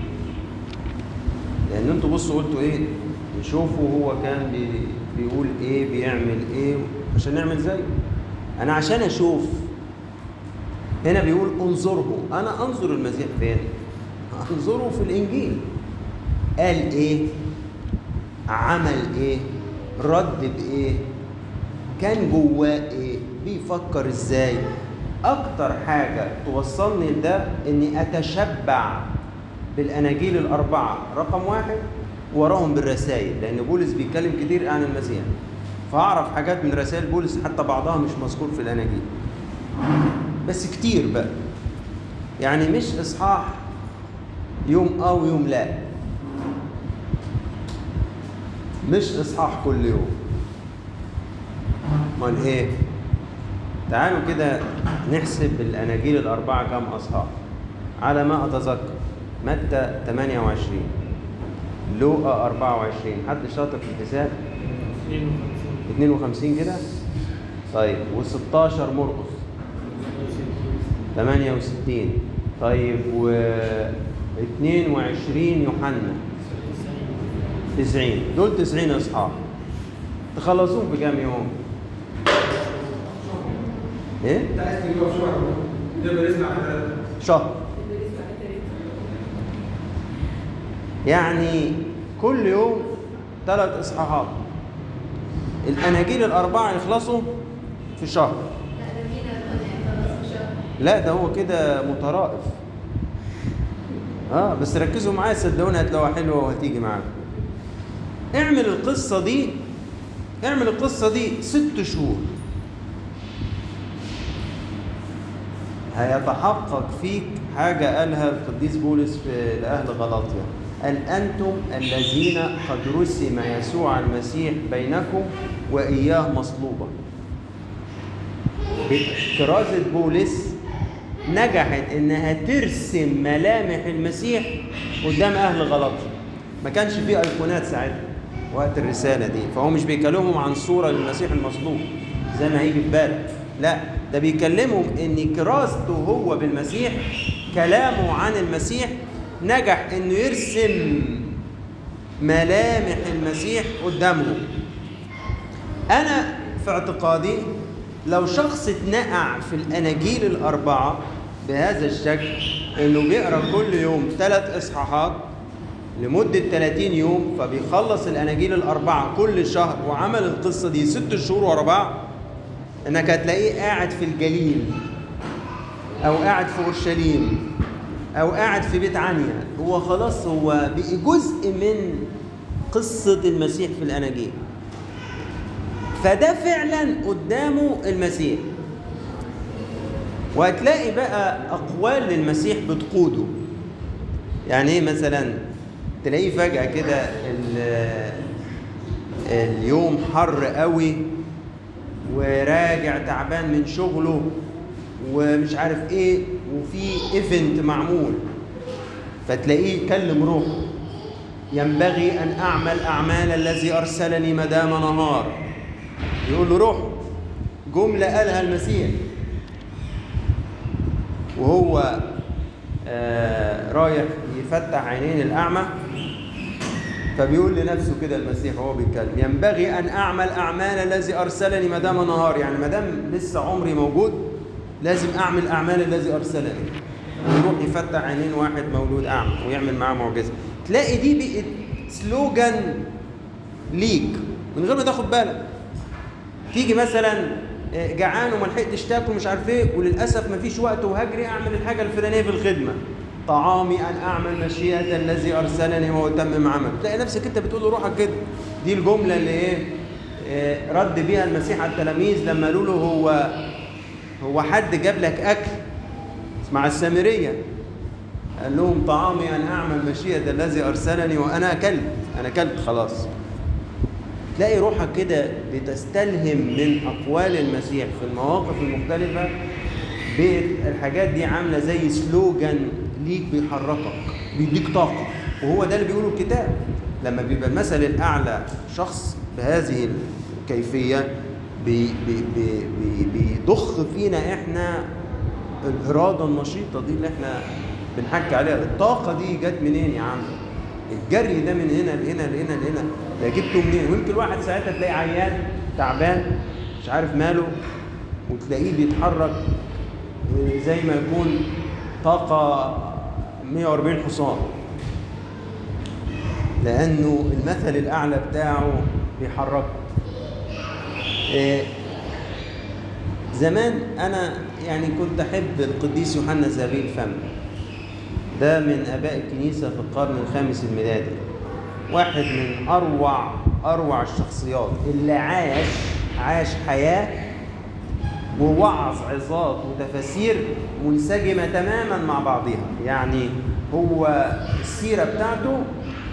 لان انتوا بصوا قلتوا ايه؟ نشوفوا هو كان بي بيقول ايه، بيعمل ايه عشان نعمل زيه. انا عشان اشوف، هنا بيقول انظره، انا انظر المسيح فين؟ انظروا في الانجيل، قال ايه، عمل ايه، رد بايه، كان جواه ايه، بيفكر ازاي. اكتر حاجه توصلني لده اني اتشبع بالاناجيل الاربعه رقم واحد، وراهم بالرسائل، لان بولس بيتكلم كتير عن المسيح، فاعرف حاجات من رسائل بولس حتى بعضها مش مذكور في الاناجيل، بس كتير بقى، يعني مش اصحاح يوم اه ويوم لا، مش اصحاح كل يوم. امال ايه؟ تعالوا كده نحسب الاناجيل الاربعه كم اصحاح. على ما اتذكر متى ثمانية وعشرين، لوقا أربعة وعشرين، حد شاطر في الحساب؟ اثنين وخمسين كده. طيب وستاشر مرقس، ثمانية وستين. طيب و اثنين وعشرين يوحنا، تسعين. دول تسعين اصحاح، تخلصوهم في كام يوم؟ ايه؟ انت عايز تجيبها في شهر، ده بنسمع على شهر. يعني كل يوم ثلاث اصحاحات. الاناجيل الاربعه يخلصوا في شهر. لا ده هو كده مترائف. اه بس ركزوا معايا صدقوني هتلاقوها حلوه وهتيجي معاكم. اعمل القصه دي اعمل القصه دي ست شهور، هيتحقق فيك حاجه قالها القديس بولس في لاهل غلاطيا، قال انتم الذين قد رسم يسوع المسيح بينكم واياه مصلوبا. كرازة بولس نجحت انها ترسم ملامح المسيح قدام اهل غلاطيا. ما كانش فيه ايقونات ساعتها وقت الرساله دي، فهو مش بيكلمهم عن صوره للمسيح المصلوب زي ما هيجي في بالك، لا ده بيكلمهم ان كرازته هو بالمسيح، كلامه عن المسيح نجح انه يرسم ملامح المسيح قدامهم. انا في اعتقادي لو شخص اتنقع في الاناجيل الاربعه بهذا الشكل، انه بيقرا كل يوم ثلاث اصحاحات لمده ثلاثين يوم، فبيخلص الاناجيل الاربعه كل شهر، وعمل القصه دي ست شهور ورا بعض، انك هتلاقيه قاعد في الجليل او قاعد في اورشليم او قاعد في بيت عنيا، هو خلاص هو بقى جزء من قصه المسيح في الاناجيل. فده فعلا قدامه المسيح، وهتلاقي بقى اقوال للمسيح بتقوده. يعني ايه مثلا؟ تلاقيه فجأة كده اليوم حر قوي وراجع تعبان من شغله ومش عارف ايه، وفي ايفنت معمول، فتلاقيه يكلم روحه، ينبغي ان اعمل اعمال الذي ارسلني ما دام نهار. يقول له روح، جملة قالها المسيح وهو آه رايح يفتح عينين الأعمى، فبيقول لنفسه كده المسيح وهو بيتكلم، ينبغي أن أعمل أعمال الذي أرسلني ما دام نهار، يعني ما دام لسه عمري موجود لازم أعمل أعمال الذي أرسلني. يروح ويفتح عينين واحد مولود اعمى ويعمل معاه معجزه. تلاقي دي بقت سلوجان ليك من غير ما تاخد بالك. تيجي مثلا جعان وما لحقتش تاكل مش عارف ايه، وللاسف ما فيش وقت وهجري اعمل الحاجه الفلانيه في الخدمه، طعامي ان اعمل مشيئه الذي ارسلني واتمم عمل. تلاقي نفسك انت بتقول لروحك كده. دي الجمله اللي ايه آه رد بيها المسيح على التلاميذ لما قالوا له هو هو حد جاب لك اكل مع السامريه، قال لهم طعامي ان اعمل مشيئه الذي ارسلني وانا اكلت، انا اكلت خلاص. تلاقي روحك كده بتستلهم من اقوال المسيح في المواقف المختلفه، بقت الحاجات دي عامله زي سلوجان ليك بيحركك بيديك طاقه. وهو ده اللي بيقوله الكتاب، لما بيبقى المثل الاعلى شخص بهذه الكيفيه بي بي بي بي بيضخ فينا احنا الاراده النشيطه دي اللي احنا بنحكي عليها. الطاقه دي جت منين يا عم؟ الجري ده من هنا لهنا لهنا لهنا، ده جبته منين؟ ويمكن الواحد ساعتها تلاقي عيان تعبان مش عارف ماله، وتلاقيه بيتحرك زي ما يكون طاقه مية وأربعين حصان، لانه المثل الاعلى بتاعه بيحركه. إيه زمان انا يعني كنت احب القديس يوحنا ذهبي الفم، ده من اباء الكنيسه في القرن الخامس الميلادي، واحد من اروع اروع الشخصيات اللي عاش عاش حياه ووعظ عظات وتفاسير منسجمه تماما مع بعضها. يعني هو السيره بتاعته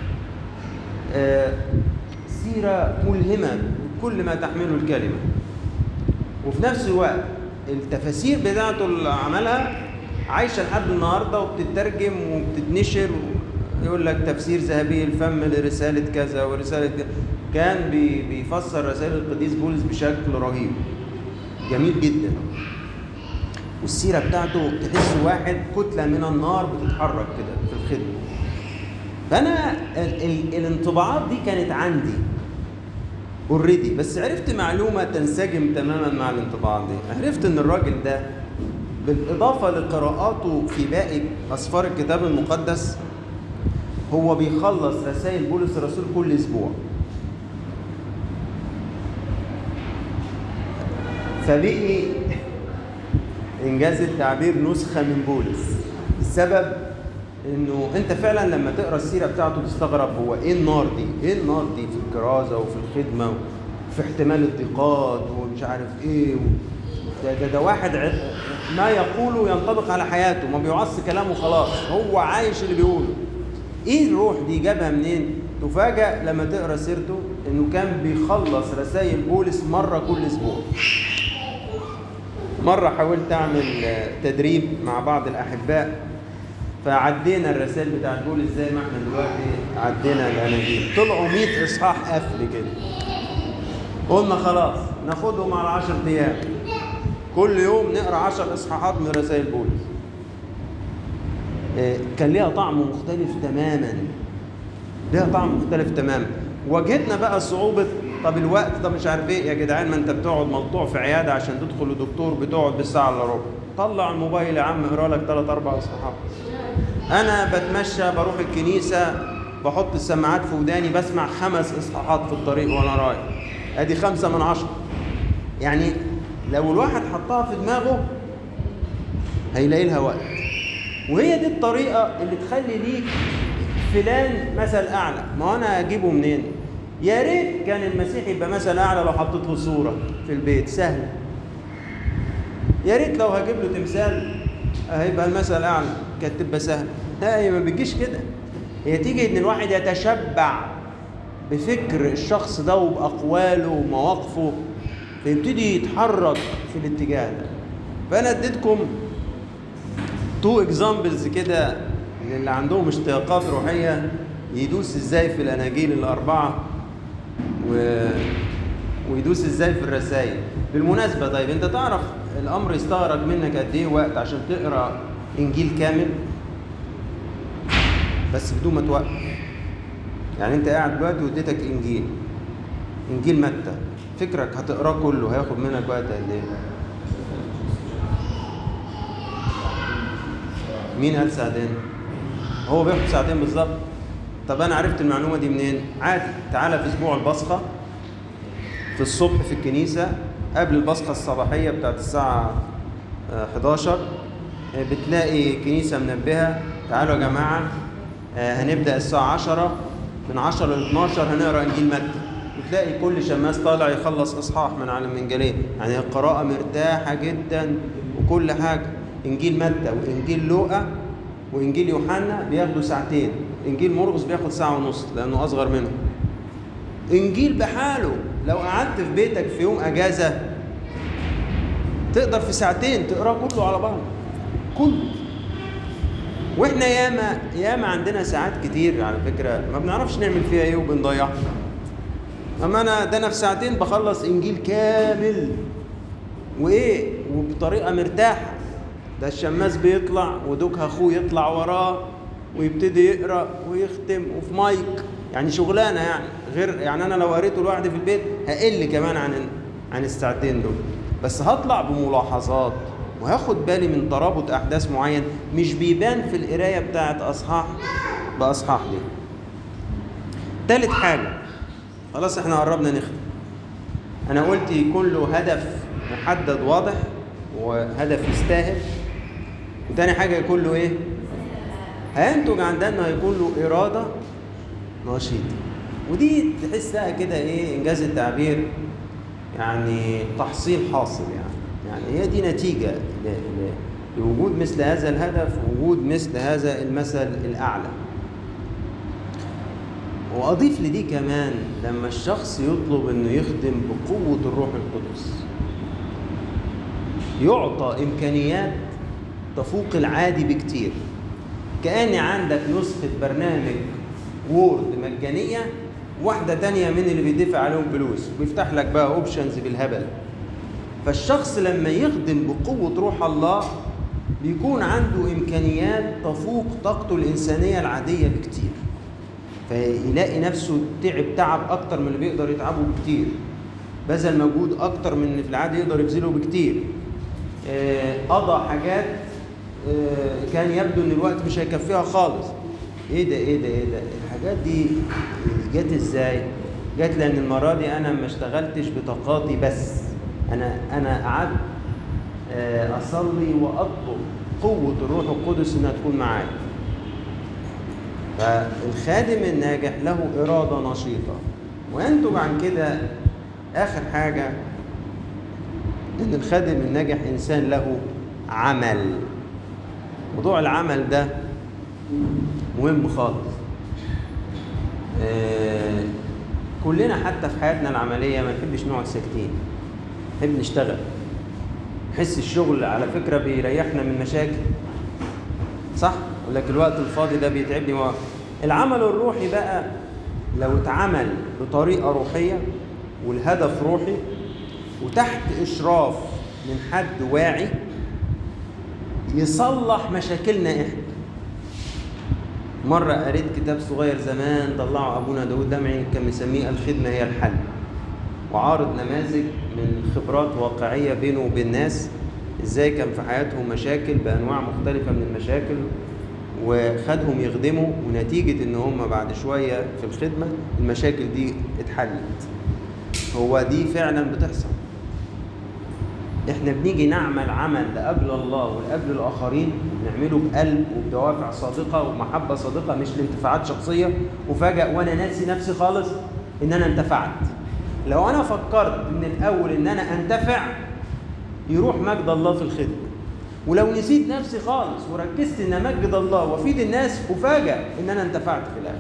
آه سيره ملهمه بكل ما تحمله الكلمه، وفي نفس الوقت التفاسير بتاعته اللي عملها عايشه لحد النهارده وبتترجم وبتتنشر. يقول لك تفسير ذهبي الفم لرساله كذا ورساله كذا. كان بي بيفسر رسائل القديس بولس بشكل رهيب جميل جدا، والسيره بتاعته تحس واحد كتله من النار بتتحرك كده في الخدمه. فانا ال ال الانطباعات دي كانت عندي اوريدي، بس عرفت معلومه تنسجم تماما مع الانطباعات دي. عرفت ان الراجل ده بالاضافه لقراءاته في باقي اسفار الكتاب المقدس هو بيخلص رسائل بولس الرسول كل اسبوع، فبقي انجاز التعبير نسخه من بولس. السبب انه انت فعلا لما تقرا السيره بتاعته تستغرب هو ايه النار دي؟ ايه النار دي في الكرازه وفي الخدمه وفي احتمال الضيقات ومش عارف ايه و... ده, ده ده واحد ع... ما يقوله ينطبق على حياته، ما بيوعظش كلامه خلاص، هو عايش اللي بيقوله. ايه الروح دي جابها منين؟ تفاجأ لما تقرا سيرته انه كان بيخلص رسائل بولس مره كل اسبوع. مره حاولت اعمل تدريب مع بعض الاحباء، فعدينا الرسائل بتاعت بولس زي ما احنا دلوقتي عدينا الاناجيل، طلعوا مية اصحاح قفل كده. قلنا خلاص ناخدهم على عشر ايام، كل يوم نقرا عشر اصحاحات من رسائل بولس. كان ليها طعم مختلف تماما، ليها طعم مختلف تماما. واجهتنا بقى صعوبه طب الوقت، طب مش عارف ايه. يا جدعان ما انت بتقعد مقطوع في عياده عشان تدخل لدكتور بتقعد بالساعه الا ربع، طلع الموبايل يا عم اقرا لك ثلاث اربع اصحاحات. انا بتمشى بروح الكنيسه بحط السماعات في وداني بسمع خمس اصحاحات في الطريق وانا رايح، ادي خمسه من عشره. يعني لو الواحد حطها في دماغه هيلاقي لها وقت. وهي دي الطريقه اللي تخلي ليك فلان مثل اعلى. ما انا اجيبه منين؟ يا ريت كان المسيح يبقى مثل اعلى لو حطيت له صوره في البيت سهل. يا ريت لو هجيب له تمثال هيبقى المثل اعلى، كانت تبقى سهله. لا هي ما بتجيش كده، هي تيجي ان الواحد يتشبع بفكر الشخص ده وباقواله ومواقفه فيبتدي يتحرك في الاتجاه ده. فانا اديتكم تو اكزامبلز كده اللي عندهم اشتياقات روحيه يدوس ازاي في الاناجيل الاربعه و... ويدوس ازاي في الرسائل. بالمناسبه طيب انت تعرف الامر يستغرق منك قد ايه وقت عشان تقرا انجيل كامل بس بدون ما توقف؟ يعني انت قاعد دلوقتي واديتك انجيل انجيل متى، فكرك هتقراه كله هياخد منك وقت قد ايه؟ مين قال ساعتين؟ هو بياخد ساعتين بالظبط. طب انا عرفت المعلومه دي منين؟ عادي، تعالى في اسبوع البصخه في الصبح في الكنيسه قبل البصخه الصباحيه بتاعت الساعه حداشر بتلاقي كنيسه منبهه، تعالوا يا جماعه هنبدا الساعه عشرة، من عشرة ل اتناشر هنقرا انجيل متى، وتلاقي كل شماس طالع يخلص اصحاح من على المنجليه، يعني القراءه مرتاحه جدا وكل حاجه. انجيل متى وانجيل لوقا وانجيل يوحنا بياخدوا ساعتين، انجيل مرقس بياخد ساعه ونص لانه اصغر منهم. انجيل بحاله لو قعدت في بيتك في يوم اجازه تقدر في ساعتين تقراه كله على بعض كله. واحنا ياما ياما عندنا ساعات كتير على فكره ما بنعرفش نعمل فيها ايه وبنضيعها. اما انا ده انا في ساعتين بخلص انجيل كامل وايه وبطريقه مرتاحه. ده الشماس بيطلع ودوك اخوه يطلع وراه ويبتدي يقرا ويختم وفي مايك، يعني شغلانه يعني غير يعني انا لو قريته لوحدي في البيت هقل كمان عن عن الساعتين دول، بس هطلع بملاحظات وهاخد بالي من ترابط احداث معين مش بيبان في القرايه بتاعت اصحاح باصحاح دي. تالت حاجه، خلاص احنا قربنا نختم. انا قلت يكون له هدف محدد واضح وهدف يستاهل. وتاني حاجه يكون له ايه؟ هينتج عندنا هيكون له اراده نشيطه. ودي تحسها كده ايه انجاز التعبير، يعني تحصيل حاصل، يعني يعني هي دي نتيجه لوجود مثل هذا الهدف ووجود مثل هذا المثل الاعلى. واضيف لدي كمان لما الشخص يطلب انه يخدم بقوه الروح القدس يعطى امكانيات تفوق العادي بكتير. كأن عندك نسخه برنامج وورد مجانيه واحده تانية من اللي بيدفع عليهم فلوس وبيفتح لك بقى اوبشنز بالهبل. فالشخص لما يخدم بقوه روح الله بيكون عنده امكانيات تفوق طاقته الانسانيه العاديه بكتير، فيلاقي نفسه تعب تعب اكتر من اللي بيقدر يتعبه بكتير، بذل مجهود اكتر من اللي في العادي يقدر يبذله بكتير، قضى حاجات كان يبدو ان الوقت مش هيكفيها خالص. ايه ده ايه ده ايه ده الحاجات دي جت ازاي؟ جت لان المره دي انا ما اشتغلتش بطاقاتي بس، انا انا قعدت اصلي واطلب قوه الروح القدس انها تكون معايا. فالخادم الناجح له اراده نشيطه، وينتج عن كده اخر حاجه ان الخادم الناجح انسان له عمل. موضوع العمل ده مهم خالص. آه كلنا حتى في حياتنا العمليه ما نحبش نقعد ساكتين، نحب نشتغل. نحس الشغل على فكره بيريحنا من مشاكل، صح؟ يقول لك الوقت الفاضي ده بيتعبني. العمل الروحي بقى لو اتعمل بطريقه روحيه والهدف روحي وتحت اشراف من حد واعي يصلح مشاكلنا احنا. مره قريت كتاب صغير زمان طلعه ابونا داود دمعي كان مسميه الخدمه هي الحل، وعارض نماذج من خبرات واقعيه بينه وبين الناس ازاي كان في حياتهم مشاكل بانواع مختلفه من المشاكل وخدهم يخدموا، ونتيجه ان هم بعد شويه في الخدمه المشاكل دي اتحلت. هو دي فعلا بتحصل. احنا بنيجي نعمل عمل لاجل الله ولاجل الاخرين، نعمله بقلب وبدوافع صادقه ومحبه صادقه مش لانتفاعات شخصيه، وفجاه وانا ناسي نفسي خالص ان انا انتفعت. لو انا فكرت من الاول ان انا انتفع يروح مجد الله في الخدمه، ولو نسيت نفسي خالص وركزت ان امجد الله وافيد الناس وفاجأ ان انا انتفعت في الاخر.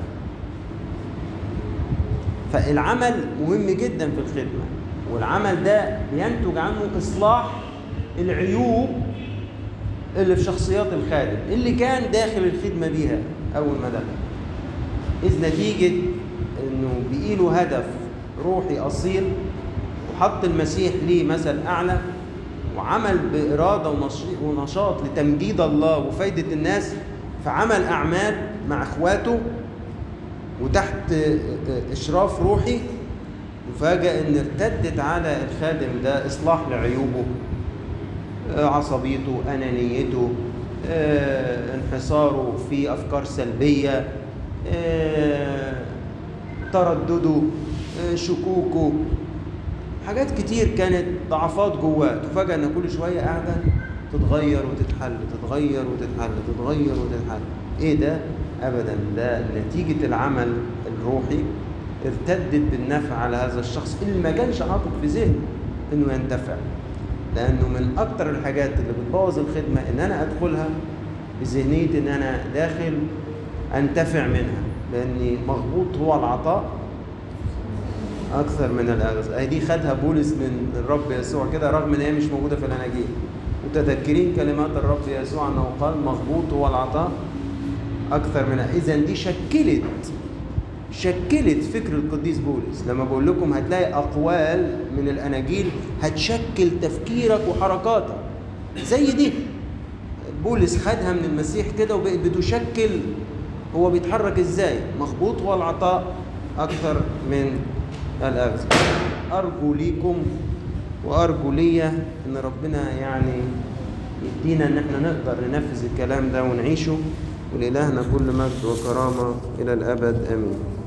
فالعمل مهم جدا في الخدمه، والعمل ده بينتج عنه اصلاح العيوب اللي في شخصيات الخادم اللي كان داخل الخدمه بيها اول ما دخل، اذ نتيجه انه بقيله هدف روحي اصيل وحط المسيح ليه مثل اعلى وعمل باراده ونشاط لتمجيد الله وفايده الناس، فعمل اعمال مع اخواته وتحت اشراف روحي، وفاجأ ان ارتدت على الخادم ده اصلاح لعيوبه، عصبيته، انانيته، آه، انحصاره في أفكار سلبية، آه، تردده، آه، شكوكه، حاجات كتير كانت ضعفات جواه، تفاجأ ان كل شويه قاعده تتغير وتتحل، تتغير وتتحل، تتغير وتتحل. ايه ده؟ ابدا، ده نتيجه العمل الروحي ارتدت بالنفع على هذا الشخص اللي ما كانش حاطط في ذهنه انه ينتفع. لانه من اكتر الحاجات اللي بتبوظ الخدمه ان انا ادخلها بذهنيه ان انا داخل انتفع منها، لاني مغبوط هو العطاء اكثر من الاخذ. اهي دي خدها بولس من الرب يسوع كده، رغم ان هي مش موجوده في الاناجيل. متذكرين كلمات الرب يسوع انه قال مغبوط هو العطاء اكثر من. اذا دي شكلت شكلت فكر القديس بولس. لما بقول لكم هتلاقي اقوال من الاناجيل هتشكل تفكيرك وحركاتك زي دي، بولس خدها من المسيح كده وبقت بتشكل هو بيتحرك ازاي. مغبوط هو العطاء اكثر من الأخذ. أرجو ليكم وأرجو ليا إن ربنا يعني يدينا إن احنا نقدر ننفذ الكلام ده ونعيشه، ولإلهنا كل مجد وكرامة إلى الأبد آمين.